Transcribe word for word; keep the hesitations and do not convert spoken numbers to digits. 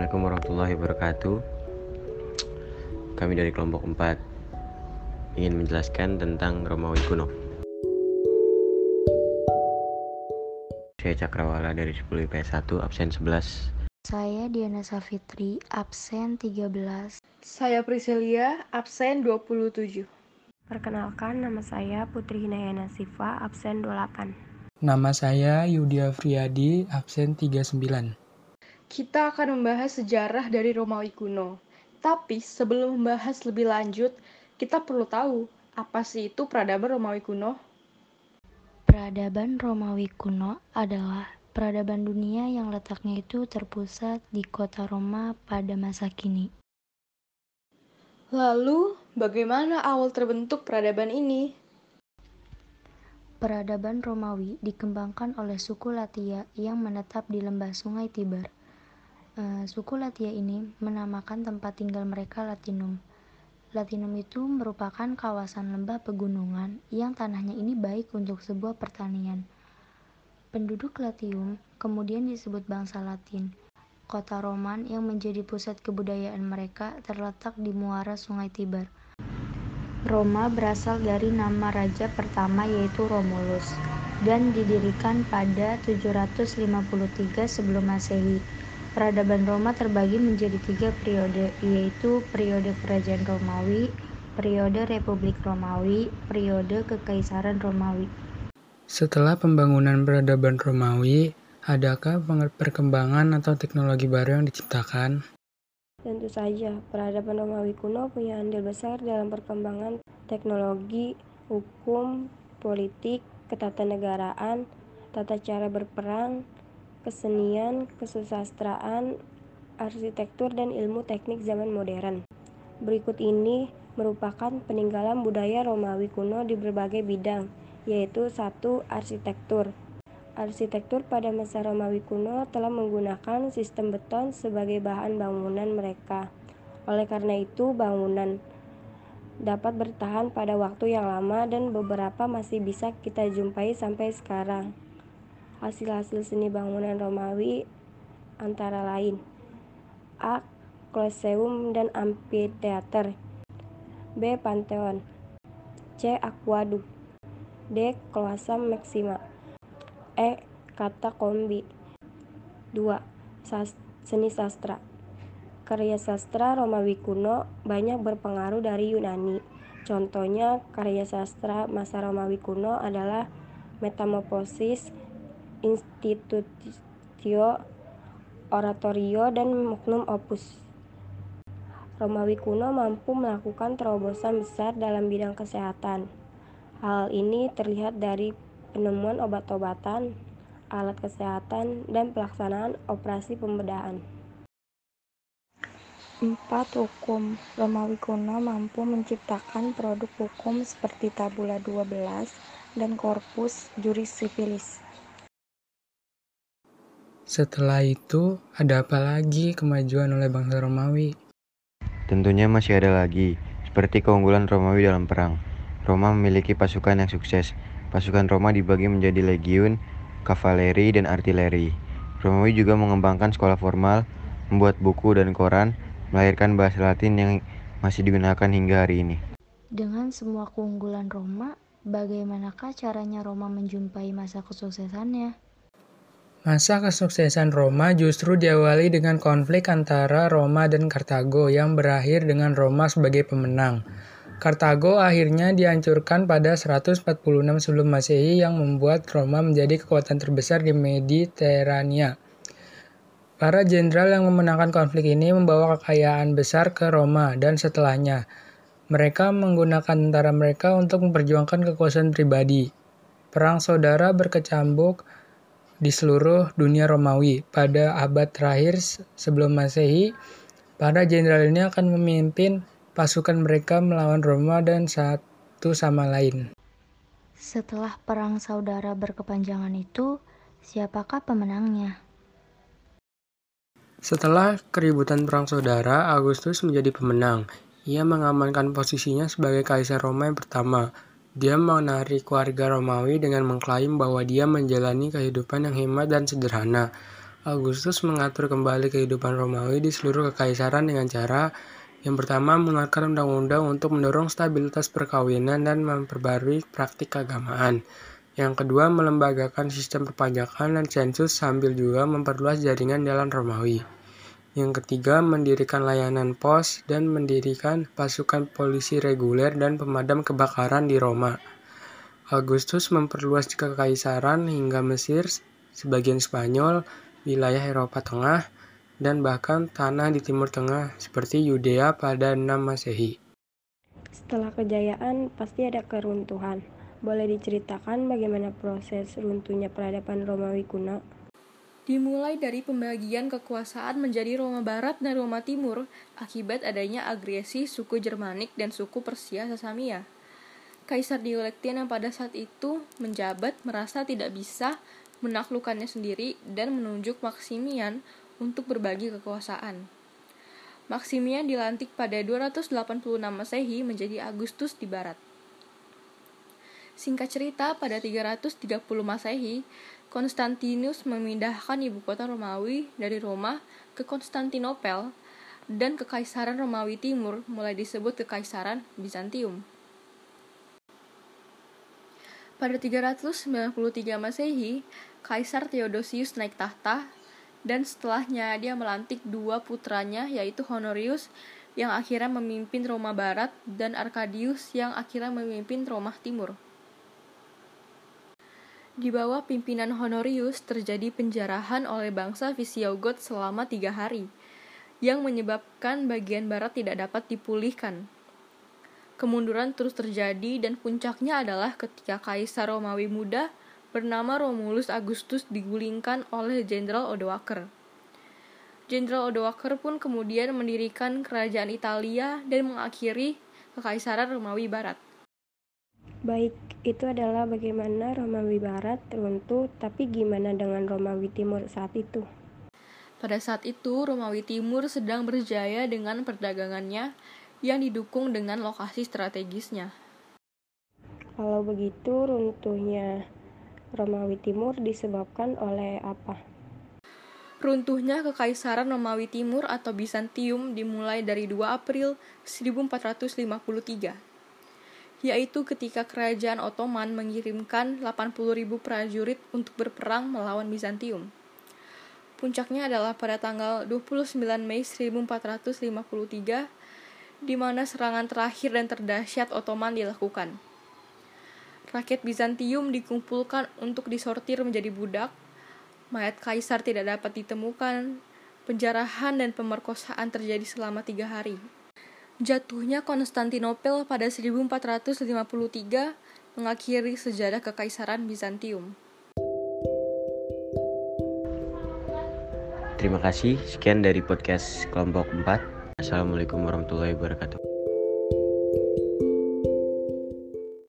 Assalamualaikum warahmatullahi wabarakatuh. Kami dari kelompok empat ingin menjelaskan tentang Romawi kuno. Saya Cakrawala dari sepuluh I P S satu, absen sebelas. Saya Diana Safitri, absen tiga belas. Saya Priscilia, absen dua puluh tujuh. Perkenalkan, nama saya Putri Hinayana Sifa, absen dua puluh delapan. Nama saya Yudi Afriyadi, absen tiga puluh sembilan. Kita akan membahas sejarah dari Romawi kuno. Tapi sebelum membahas lebih lanjut, kita perlu tahu apa sih itu peradaban Romawi kuno? Peradaban Romawi kuno adalah peradaban dunia yang letaknya itu terpusat di kota Roma pada masa kini. Lalu, bagaimana awal terbentuk peradaban ini? Peradaban Romawi dikembangkan oleh suku Latia yang menetap di lembah Sungai Tiber. Uh, suku Latia ini menamakan tempat tinggal mereka Latinum. Latinum itu merupakan kawasan lembah pegunungan yang tanahnya ini baik untuk sebuah pertanian. Penduduk Latium kemudian disebut bangsa Latin. Kota Roman yang menjadi pusat kebudayaan mereka terletak di muara Sungai Tiber. Roma berasal dari nama raja pertama yaitu Romulus dan didirikan pada tujuh ratus lima puluh tiga sebelum Masehi. Peradaban Roma terbagi menjadi tiga periode, yaitu periode Kerajaan Romawi, periode Republik Romawi, periode Kekaisaran Romawi. Setelah pembangunan peradaban Romawi, adakah perkembangan atau teknologi baru yang diciptakan? Tentu saja, peradaban Romawi kuno punya andil besar dalam perkembangan teknologi, hukum, politik, ketatanegaraan, tata cara berperang, kesenian, kesusastraan, arsitektur, dan ilmu teknik zaman modern. Berikut ini merupakan peninggalan budaya Romawi kuno di berbagai bidang, yaitu satu. Arsitektur. Arsitektur pada masa Romawi kuno telah menggunakan sistem beton sebagai bahan bangunan mereka. Oleh karena itu, bangunan dapat bertahan pada waktu yang lama dan beberapa masih bisa kita jumpai sampai sekarang. Hasil-hasil seni bangunan Romawi antara lain A. Colosseum dan Amphitheater, B. Pantheon, C. Aqueduct, D. Colosseum Maxima, E. Katakombi. Dua. Seni sastra. Karya sastra Romawi kuno banyak berpengaruh dari Yunani. Contohnya, karya sastra masa Romawi kuno adalah Metamorphosis, Institutio, Oratorio, dan Magnum Opus. Romawi kuno mampu melakukan terobosan besar dalam bidang kesehatan. Hal ini terlihat dari penemuan obat-obatan, alat kesehatan, dan pelaksanaan operasi pembedahan. Empat. Hukum. Romawi kuno mampu menciptakan produk hukum seperti Tabula dua belas dan Corpus Juris Civilis. Setelah itu, ada apa lagi kemajuan oleh bangsa Romawi? Tentunya masih ada lagi, seperti keunggulan Romawi dalam perang. Roma memiliki pasukan yang sukses. Pasukan Roma dibagi menjadi legiun, kavaleri, dan artileri. Romawi juga mengembangkan sekolah formal, membuat buku dan koran, melahirkan bahasa Latin yang masih digunakan hingga hari ini. Dengan semua keunggulan Roma, bagaimanakah caranya Roma menjumpai masa kesuksesannya? Masa kesuksesan Roma justru diawali dengan konflik antara Roma dan Kartago yang berakhir dengan Roma sebagai pemenang. Kartago akhirnya dihancurkan pada seratus empat puluh enam sebelum Masehi yang membuat Roma menjadi kekuatan terbesar di Mediterania. Para jenderal yang memenangkan konflik ini membawa kekayaan besar ke Roma dan setelahnya. Mereka menggunakan tentara mereka untuk memperjuangkan kekuasaan pribadi. Perang saudara berkecambuk di seluruh dunia Romawi. Pada abad terakhir sebelum Masehi, para jenderal ini akan memimpin pasukan mereka melawan Roma dan satu sama lain. Setelah perang saudara berkepanjangan itu, siapakah pemenangnya? Setelah keributan perang saudara, Augustus menjadi pemenang. Ia mengamankan posisinya sebagai kaisar Roma yang pertama. Dia menarik warga Romawi dengan mengklaim bahwa dia menjalani kehidupan yang hemat dan sederhana. Augustus mengatur kembali kehidupan Romawi di seluruh kekaisaran dengan cara yang pertama mengeluarkan undang-undang untuk mendorong stabilitas perkawinan dan memperbarui praktik keagamaan. Yang kedua melembagakan sistem perpajakan dan sensus sambil juga memperluas jaringan jalan Romawi. Yang ketiga mendirikan layanan pos dan mendirikan pasukan polisi reguler dan pemadam kebakaran di Roma. Augustus memperluas kekaisaran hingga Mesir, sebagian Spanyol, wilayah Eropa Tengah, dan bahkan tanah di Timur Tengah seperti Yudea pada enam Masehi. Setelah kejayaan, pasti ada keruntuhan. Boleh diceritakan bagaimana proses runtuhnya peradaban Romawi kuno? Dimulai dari pembagian kekuasaan menjadi Roma Barat dan Roma Timur akibat adanya agresi suku Germanik dan suku Persia Sasamia. Kaisar Diocletian yang pada saat itu menjabat merasa tidak bisa menaklukkannya sendiri dan menunjuk Maximian untuk berbagi kekuasaan. Maximian dilantik pada dua ratus delapan puluh enam Masehi menjadi Augustus di barat. Singkat cerita, pada tiga ratus tiga puluh Masehi, Konstantinus memindahkan ibu kota Romawi dari Roma ke Konstantinopel dan Kekaisaran Romawi Timur mulai disebut Kekaisaran Bizantium. Pada tiga ratus sembilan puluh tiga Masehi, Kaisar Theodosius naik tahta, dan setelahnya dia melantik dua putranya yaitu Honorius yang akhirnya memimpin Roma Barat dan Arcadius yang akhirnya memimpin Roma Timur. Di bawah pimpinan Honorius terjadi penjarahan oleh bangsa Visigoth selama tiga hari, yang menyebabkan bagian barat tidak dapat dipulihkan. Kemunduran terus terjadi dan puncaknya adalah ketika Kaisar Romawi muda bernama Romulus Augustus digulingkan oleh Jenderal Odoacer. Jenderal Odoacer pun kemudian mendirikan kerajaan Italia dan mengakhiri Kekaisaran Romawi Barat. Baik, itu adalah bagaimana Romawi Barat runtuh, tapi gimana dengan Romawi Timur saat itu? Pada saat itu, Romawi Timur sedang berjaya dengan perdagangannya yang didukung dengan lokasi strategisnya. Kalau begitu, runtuhnya Romawi Timur disebabkan oleh apa? Runtuhnya Kekaisaran Romawi Timur atau Bizantium dimulai dari dua April seribu empat ratus lima puluh tiga, yaitu ketika Kerajaan Ottoman mengirimkan delapan puluh ribu prajurit untuk berperang melawan Bizantium. Puncaknya adalah pada tanggal dua puluh sembilan Mei seribu empat ratus lima puluh tiga, di mana serangan terakhir dan terdahsyat Ottoman dilakukan. Rakyat Bizantium dikumpulkan untuk disortir menjadi budak, mayat kaisar tidak dapat ditemukan, penjarahan dan pemerkosaan terjadi selama tiga hari. Jatuhnya Konstantinopel pada seribu empat ratus lima puluh tiga mengakhiri sejarah Kekaisaran Bizantium. Terima kasih, sekian dari podcast kelompok empat. Assalamualaikum warahmatullahi wabarakatuh.